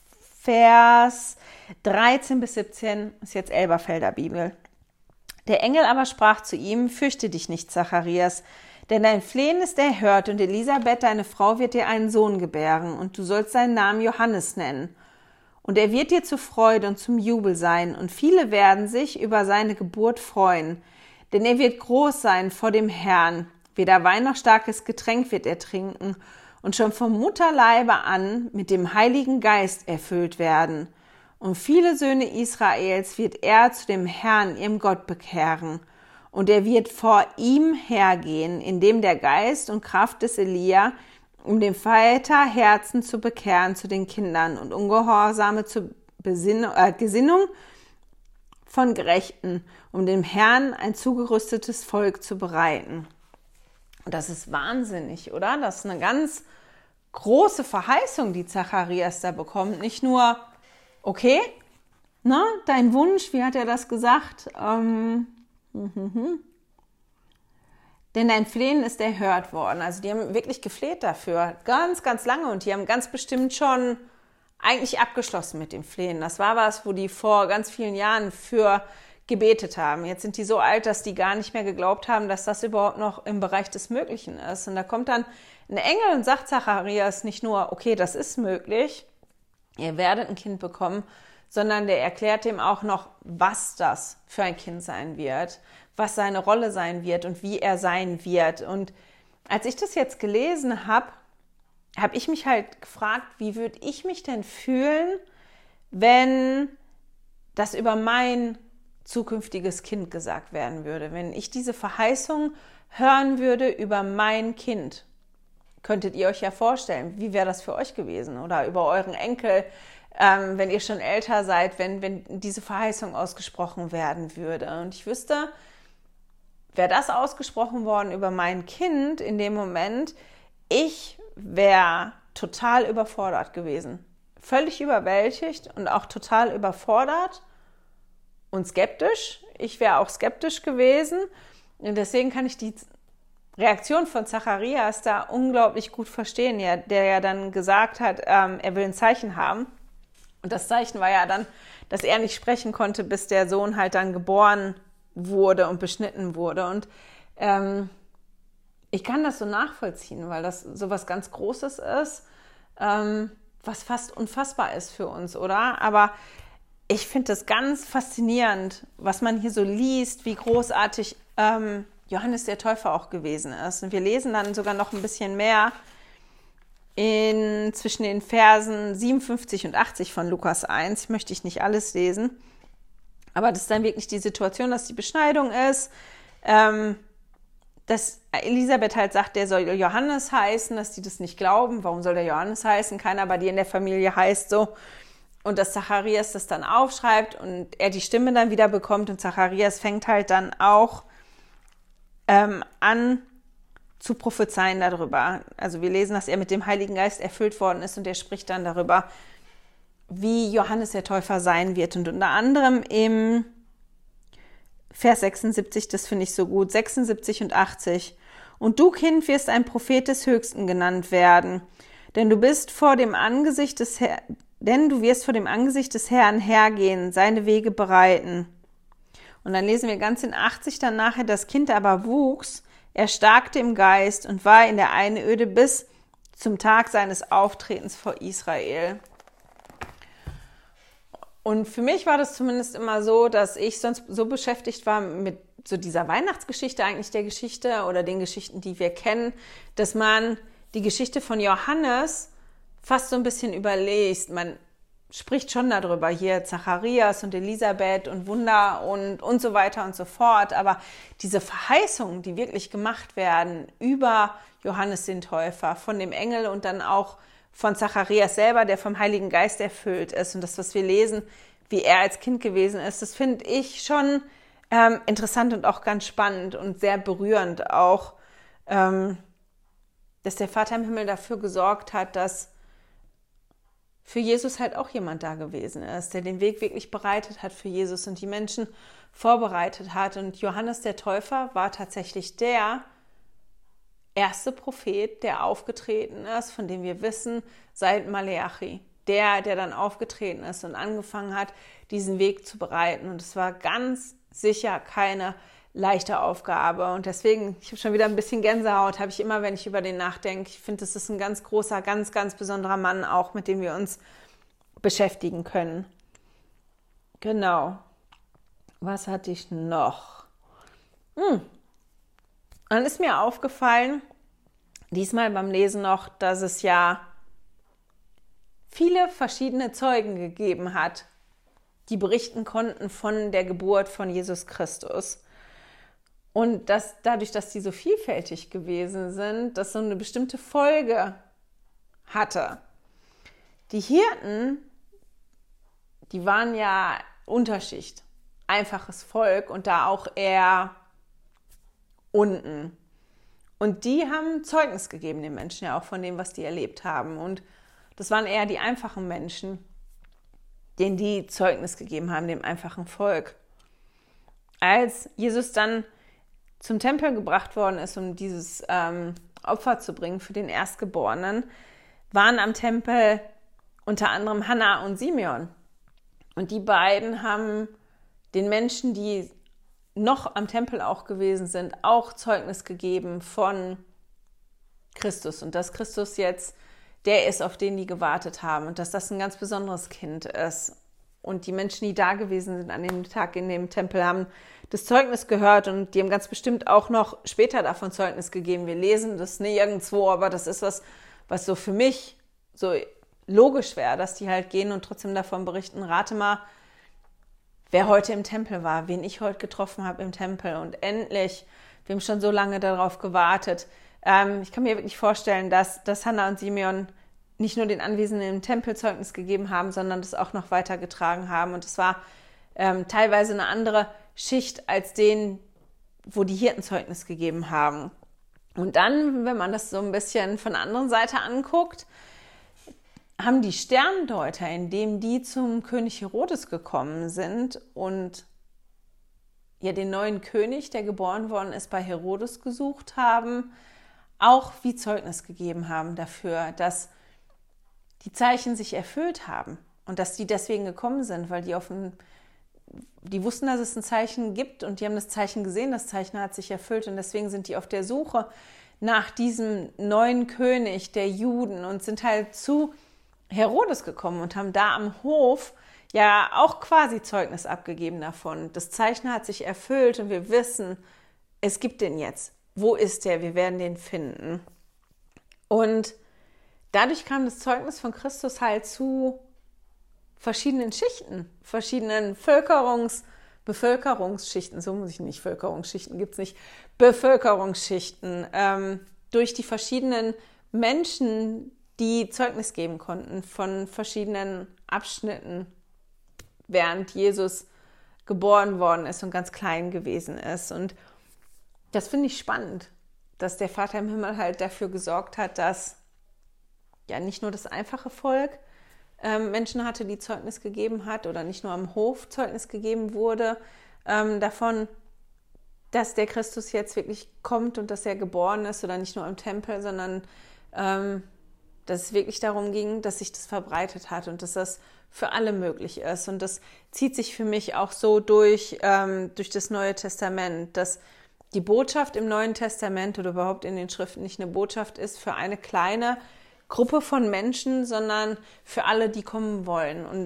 Vers dreizehn bis siebzehn, ist jetzt Elberfelder Bibel. Der Engel aber sprach zu ihm, fürchte dich nicht, Zacharias, denn dein Flehen ist erhört und Elisabeth, deine Frau, wird dir einen Sohn gebären und du sollst seinen Namen Johannes nennen. Und er wird dir zur Freude und zum Jubel sein und viele werden sich über seine Geburt freuen. Denn er wird groß sein vor dem Herrn, weder Wein noch starkes Getränk wird er trinken und schon vom Mutterleibe an mit dem Heiligen Geist erfüllt werden. Und viele Söhne Israels wird er zu dem Herrn, ihrem Gott, bekehren. Und er wird vor ihm hergehen, indem der Geist und Kraft des Elia, um dem Vater Herzen zu bekehren zu den Kindern und ungehorsame zu Besinnung, äh, Gesinnung von Gerechten, um dem Herrn ein zugerüstetes Volk zu bereiten. Und das ist wahnsinnig, oder? Das ist eine ganz große Verheißung, die Zacharias da bekommt. Nicht nur, okay, ne, dein Wunsch, wie hat er das gesagt? Ähm, mhm. Denn dein Flehen ist erhört worden. Also die haben wirklich gefleht dafür, ganz, ganz lange. Und die haben ganz bestimmt schon eigentlich abgeschlossen mit dem Flehen. Das war was, wo die vor ganz vielen Jahren für gebetet haben. Jetzt sind die so alt, dass die gar nicht mehr geglaubt haben, dass das überhaupt noch im Bereich des Möglichen ist. Und da kommt dann ein Engel und sagt Zacharias nicht nur, okay, das ist möglich, ihr werdet ein Kind bekommen, sondern der erklärt ihm auch noch, was das für ein Kind sein wird, was seine Rolle sein wird und wie er sein wird. Und als ich das jetzt gelesen habe, habe ich mich halt gefragt, wie würde ich mich denn fühlen, wenn das über mein zukünftiges Kind gesagt werden würde, wenn ich diese Verheißung hören würde über mein Kind. Könntet ihr euch ja vorstellen, wie wäre das für euch gewesen oder über euren Enkel, ähm, wenn ihr schon älter seid, wenn, wenn diese Verheißung ausgesprochen werden würde. Und ich wüsste, wäre das ausgesprochen worden über mein Kind in dem Moment, ich wäre total überfordert gewesen. Völlig überwältigt und auch total überfordert und skeptisch. Ich wäre auch skeptisch gewesen. Und deswegen kann ich die Reaktion von Zacharias da unglaublich gut verstehen, ja, der ja dann gesagt hat, ähm, er will ein Zeichen haben. Und das Zeichen war ja dann, dass er nicht sprechen konnte, bis der Sohn halt dann geboren wurde und beschnitten wurde. Und ähm, ich kann das so nachvollziehen, weil das so was ganz Großes ist, ähm, was fast unfassbar ist für uns, oder? Aber ich finde das ganz faszinierend, was man hier so liest, wie großartig ähm, Johannes der Täufer auch gewesen ist. Und wir lesen dann sogar noch ein bisschen mehr in, zwischen den Versen siebenundfünfzig und achtzig von Lukas eins. Ich möchte ich nicht alles lesen. Aber das ist dann wirklich die Situation, dass die Beschneidung ist, ähm, dass Elisabeth halt sagt, der soll Johannes heißen, dass die das nicht glauben. Warum soll der Johannes heißen? Keiner bei dir in der Familie heißt so. Und dass Zacharias das dann aufschreibt und er die Stimme dann wieder bekommt. Und Zacharias fängt halt dann auch ähm, an zu prophezeien darüber. Also wir lesen, dass er mit dem Heiligen Geist erfüllt worden ist und er spricht dann darüber, wie Johannes der Täufer sein wird. Und unter anderem im Vers sechsundsiebzig, das finde ich so gut, sechsundsiebzig und achtzig. Und du, Kind, wirst ein Prophet des Höchsten genannt werden, denn du bist vor dem Angesicht des Herrn, denn du wirst vor dem Angesicht des Herrn hergehen, seine Wege bereiten. Und dann lesen wir ganz in achtzig dann nachher, das Kind aber wuchs, er starkte im Geist und war in der Einöde bis zum Tag seines Auftretens vor Israel. Und für mich war das zumindest immer so, dass ich sonst so beschäftigt war mit so dieser Weihnachtsgeschichte, eigentlich der Geschichte oder den Geschichten, die wir kennen, dass man die Geschichte von Johannes fast so ein bisschen überliest. Man spricht schon darüber, hier Zacharias und Elisabeth und Wunder und, und so weiter und so fort. Aber diese Verheißungen, die wirklich gemacht werden über Johannes den Täufer, von dem Engel und dann auch von Zacharias selber, der vom Heiligen Geist erfüllt ist, und das, was wir lesen, wie er als Kind gewesen ist, das finde ich schon ähm, interessant und auch ganz spannend und sehr berührend auch, ähm, dass der Vater im Himmel dafür gesorgt hat, dass für Jesus halt auch jemand da gewesen ist, der den Weg wirklich bereitet hat für Jesus und die Menschen vorbereitet hat. Und Johannes der Täufer war tatsächlich der erste Prophet, der aufgetreten ist, von dem wir wissen, seit Maleachi. Der, der dann aufgetreten ist und angefangen hat, diesen Weg zu bereiten. Und es war ganz sicher keine leichte Aufgabe. Und deswegen, ich habe schon wieder ein bisschen Gänsehaut, habe ich immer, wenn ich über den nachdenke. Ich finde, das ist ein ganz großer, ganz, ganz besonderer Mann auch, mit dem wir uns beschäftigen können. Genau. Was hatte ich noch? Hm. Dann ist mir aufgefallen, diesmal beim Lesen noch, dass es ja viele verschiedene Zeugen gegeben hat, die berichten konnten von der Geburt von Jesus Christus. Und dass dadurch, dass die so vielfältig gewesen sind, das so eine bestimmte Folge hatte. Die Hirten, die waren ja Unterschicht, einfaches Volk und da auch eher unten. Und die haben Zeugnis gegeben den Menschen ja auch von dem, was die erlebt haben. Und das waren eher die einfachen Menschen, denen die Zeugnis gegeben haben, dem einfachen Volk. Als Jesus dann zum Tempel gebracht worden ist, um dieses ähm, Opfer zu bringen für den Erstgeborenen, waren am Tempel unter anderem Hannah und Simeon. Und die beiden haben den Menschen, die noch am Tempel auch gewesen sind, auch Zeugnis gegeben von Christus. Und dass Christus jetzt der ist, auf den die gewartet haben. Und dass das ein ganz besonderes Kind ist. Und die Menschen, die da gewesen sind an dem Tag in dem Tempel, haben das Zeugnis gehört und die haben ganz bestimmt auch noch später davon Zeugnis gegeben. Wir lesen das nirgendwo, aber das ist was, was so für mich so logisch wäre, dass die halt gehen und trotzdem davon berichten. Rate mal, wer heute im Tempel war, wen ich heute getroffen habe im Tempel. Und endlich, wir haben schon so lange darauf gewartet. Ähm, ich kann mir wirklich vorstellen, dass, dass Hannah und Simeon nicht nur den Anwesenden im Tempel Zeugnis gegeben haben, sondern das auch noch weitergetragen haben. Und es war ähm, teilweise eine andere Schicht als denen, wo die Hirten Zeugnis gegeben haben. Und dann, wenn man das so ein bisschen von der anderen Seite anguckt, haben die Sterndeuter, indem die zum König Herodes gekommen sind und ja den neuen König, der geboren worden ist, bei Herodes gesucht haben, auch wie Zeugnis gegeben haben dafür, dass die Zeichen sich erfüllt haben und dass die deswegen gekommen sind, weil die auf ein, die wussten, dass es ein Zeichen gibt und die haben das Zeichen gesehen, das Zeichen hat sich erfüllt und deswegen sind die auf der Suche nach diesem neuen König der Juden und sind halt zu Herodes gekommen und haben da am Hof ja auch quasi Zeugnis abgegeben davon. Das Zeichen hat sich erfüllt und wir wissen, es gibt den jetzt. Wo ist der? Wir werden den finden. Und dadurch kam das Zeugnis von Christus halt zu verschiedenen Schichten, verschiedenen Völkerungs, Bevölkerungsschichten, so muss ich nicht, Völkerungsschichten gibt es nicht, Bevölkerungsschichten, ähm, durch die verschiedenen Menschen, die Zeugnis geben konnten von verschiedenen Abschnitten, während Jesus geboren worden ist und ganz klein gewesen ist. Und das finde ich spannend, dass der Vater im Himmel halt dafür gesorgt hat, dass ja nicht nur das einfache Volk ähm, Menschen hatte, die Zeugnis gegeben hat oder nicht nur am Hof Zeugnis gegeben wurde, ähm, davon, dass der Christus jetzt wirklich kommt und dass er geboren ist oder nicht nur im Tempel, sondern ähm, dass es wirklich darum ging, dass sich das verbreitet hat und dass das für alle möglich ist. Und das zieht sich für mich auch so durch, ähm, durch das Neue Testament, dass die Botschaft im Neuen Testament oder überhaupt in den Schriften nicht eine Botschaft ist für eine kleine Gruppe von Menschen, sondern für alle, die kommen wollen. Und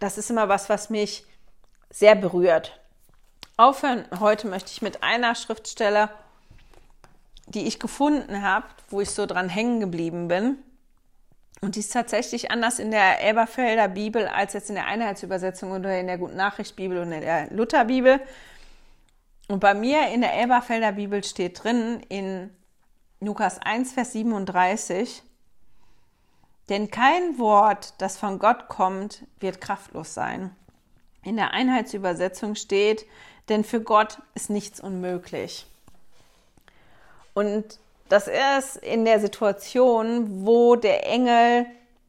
das ist immer was, was mich sehr berührt. Aufhören heute möchte ich mit einer Schriftstelle, die ich gefunden habe, wo ich so dran hängen geblieben bin. Und die ist tatsächlich anders in der Elberfelder Bibel als jetzt in der Einheitsübersetzung oder in der Guten-Nachricht-Bibel und in der Lutherbibel. Und bei mir in der Elberfelder Bibel steht drin in Lukas eins, Vers siebenunddreißig, denn kein Wort, das von Gott kommt, wird kraftlos sein. In der Einheitsübersetzung steht, denn für Gott ist nichts unmöglich. Und das ist in der Situation, wo der Engel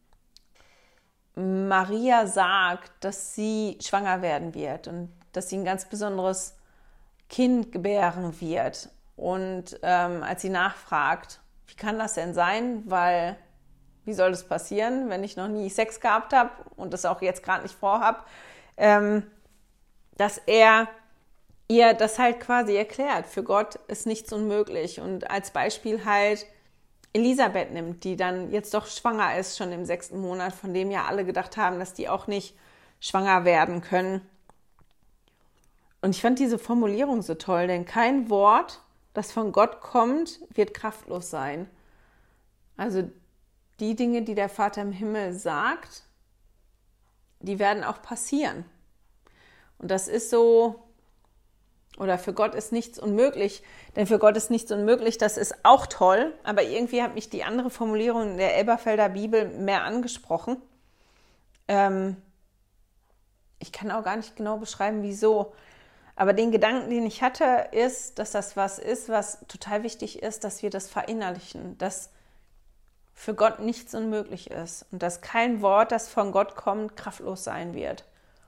Maria sagt, dass sie schwanger werden wird und dass sie ein ganz besonderes Kind gebären wird. Und ähm, als sie nachfragt, wie kann das denn sein, weil wie soll das passieren, wenn ich noch nie Sex gehabt habe und das auch jetzt gerade nicht vorhabe, ähm, dass er ihr das halt quasi erklärt. Für Gott ist nichts unmöglich. Und als Beispiel halt Elisabeth nimmt, die dann jetzt doch schwanger ist, schon im sechsten Monat, von dem ja alle gedacht haben, dass die auch nicht schwanger werden können. Und ich fand diese Formulierung so toll, denn kein Wort, das von Gott kommt, wird kraftlos sein. Also die Dinge, die der Vater im Himmel sagt, die werden auch passieren. Und das ist so, oder für Gott ist nichts unmöglich, denn für Gott ist nichts unmöglich, das ist auch toll, aber irgendwie hat mich die andere Formulierung in der Elberfelder Bibel mehr angesprochen. Ähm, ich kann auch gar nicht genau beschreiben, wieso, aber den Gedanken, den ich hatte, ist, dass das was ist, was total wichtig ist, dass wir das verinnerlichen, dass für Gott nichts unmöglich ist und dass kein Wort, das von Gott kommt, kraftlos sein wird.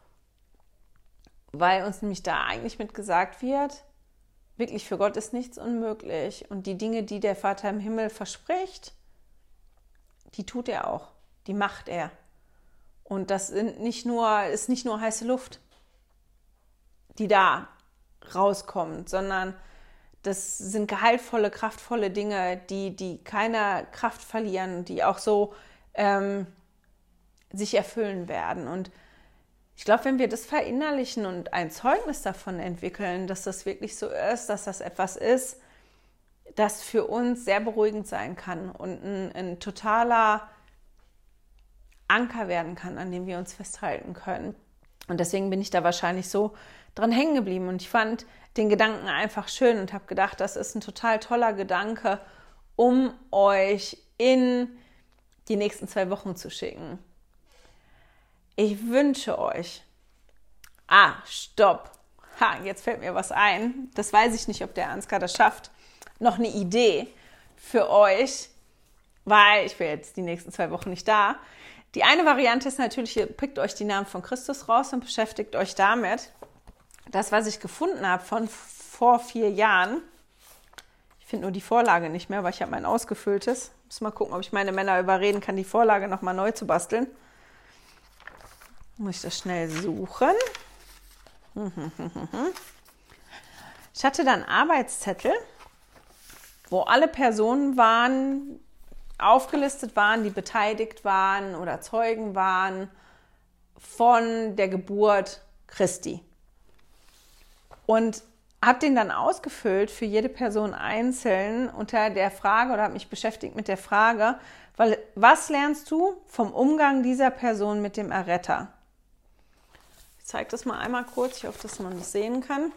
Weil uns nämlich da eigentlich mit gesagt wird, wirklich für Gott ist nichts unmöglich. Und die Dinge, die der Vater im Himmel verspricht, die tut er auch, die macht er. Und das sind nicht nur, ist nicht nur heiße Luft, die da rauskommt, sondern das sind gehaltvolle, kraftvolle Dinge, die, die keine Kraft verlieren, die auch so ähm, sich erfüllen werden. Und ich glaube, wenn wir das verinnerlichen und ein Zeugnis davon entwickeln, dass das wirklich so ist, dass das etwas ist, das für uns sehr beruhigend sein kann und ein, ein totaler Anker werden kann, an dem wir uns festhalten können. Und deswegen bin ich da wahrscheinlich so dran hängen geblieben. Und ich fand den Gedanken einfach schön und habe gedacht, das ist ein total toller Gedanke, um euch in die nächsten zwei Wochen zu schicken. Ich wünsche euch, ah, stopp, ha, jetzt fällt mir was ein, das weiß ich nicht, ob der Ansgar das schafft, noch eine Idee für euch, weil ich bin jetzt die nächsten zwei Wochen nicht da. Die eine Variante ist natürlich, ihr pickt euch die Namen von Christus raus und beschäftigt euch damit. Das, was ich gefunden habe von vor vier Jahren, ich finde nur die Vorlage nicht mehr, weil ich habe mein ausgefülltes. Muss mal gucken, ob ich meine Männer überreden kann, die Vorlage nochmal neu zu basteln. Muss ich das schnell suchen. Ich hatte dann Arbeitszettel, wo alle Personen waren, aufgelistet waren, die beteiligt waren oder Zeugen waren von der Geburt Christi. Und habe den dann ausgefüllt für jede Person einzeln unter der Frage oder habe mich beschäftigt mit der Frage, weil, was lernst du vom Umgang dieser Person mit dem Erretter? Ich zeige das mal einmal kurz, ich hoffe, dass man das sehen kann.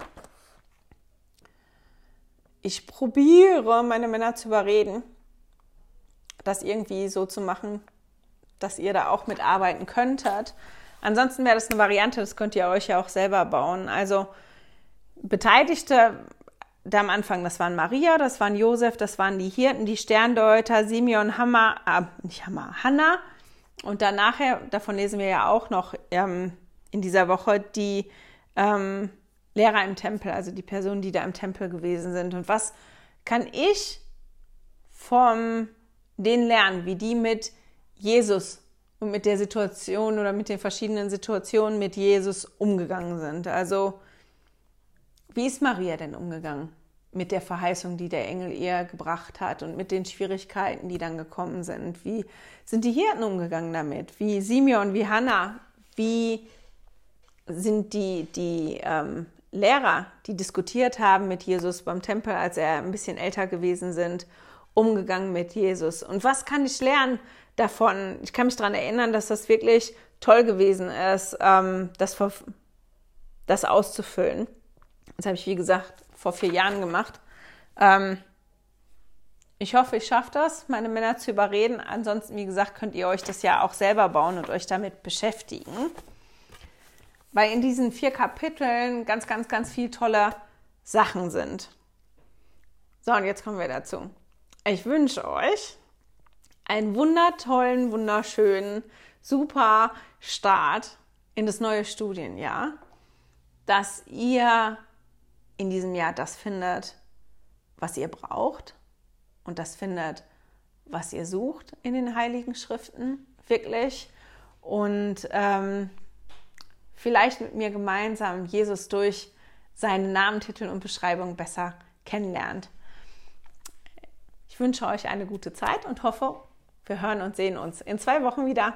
Ich probiere, meine Männer zu überreden, das irgendwie so zu machen, dass ihr da auch mitarbeiten könntet. Ansonsten wäre das eine Variante, das könnt ihr euch ja auch selber bauen. Also Beteiligte da am Anfang, das waren Maria, das waren Josef, das waren die Hirten, die Sterndeuter, Simeon, Hammer, äh, nicht Hammer, Hannah. Und dann nachher, davon lesen wir ja auch noch ähm, in dieser Woche, die ähm, Lehrer im Tempel, also die Personen, die da im Tempel gewesen sind. Und was kann ich von denen lernen, wie die mit Jesus und mit der Situation oder mit den verschiedenen Situationen mit Jesus umgegangen sind? Also wie ist Maria denn umgegangen mit der Verheißung, die der Engel ihr gebracht hat und mit den Schwierigkeiten, die dann gekommen sind? Wie sind die Hirten umgegangen damit? Wie Simeon, wie Hannah, wie sind die, die ähm, Lehrer, die diskutiert haben mit Jesus beim Tempel, als er ein bisschen älter gewesen sind, umgegangen mit Jesus. Und was kann ich lernen davon? Ich kann mich daran erinnern, dass das wirklich toll gewesen ist, ähm, das, das auszufüllen. Das habe ich, wie gesagt, vor vier Jahren gemacht. Ähm, ich hoffe, ich schaffe das, meine Männer zu überreden. Ansonsten, wie gesagt, könnt ihr euch das ja auch selber bauen und euch damit beschäftigen. Weil in diesen vier Kapiteln ganz, ganz, ganz viel tolle Sachen sind. So, und jetzt kommen wir dazu. Ich wünsche euch einen wundertollen, wunderschönen, super Start in das neue Studienjahr, dass ihr in diesem Jahr das findet, was ihr braucht und das findet, was ihr sucht in den Heiligen Schriften, wirklich. Und ähm, vielleicht mit mir gemeinsam Jesus durch seine Namen, Titel und Beschreibung besser kennenlernt. Ich wünsche euch eine gute Zeit und hoffe, wir hören und sehen uns in zwei Wochen wieder.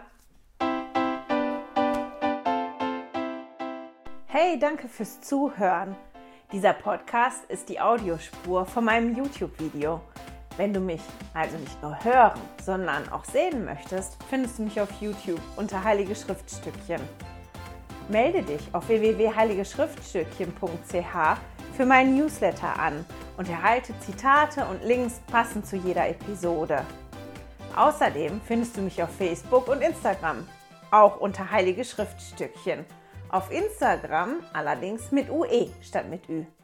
Hey, danke fürs Zuhören. Dieser Podcast ist die Audiospur von meinem YouTube-Video. Wenn du mich also nicht nur hören, sondern auch sehen möchtest, findest du mich auf YouTube unter Heilige Schriftstückchen. Melde dich auf w w w punkt heilige schriftstückchen punkt c h für meinen Newsletter an und erhalte Zitate und Links passend zu jeder Episode. Außerdem findest du mich auf Facebook und Instagram, auch unter Heilige Schriftstückchen. Auf Instagram allerdings mit U E statt mit Ü.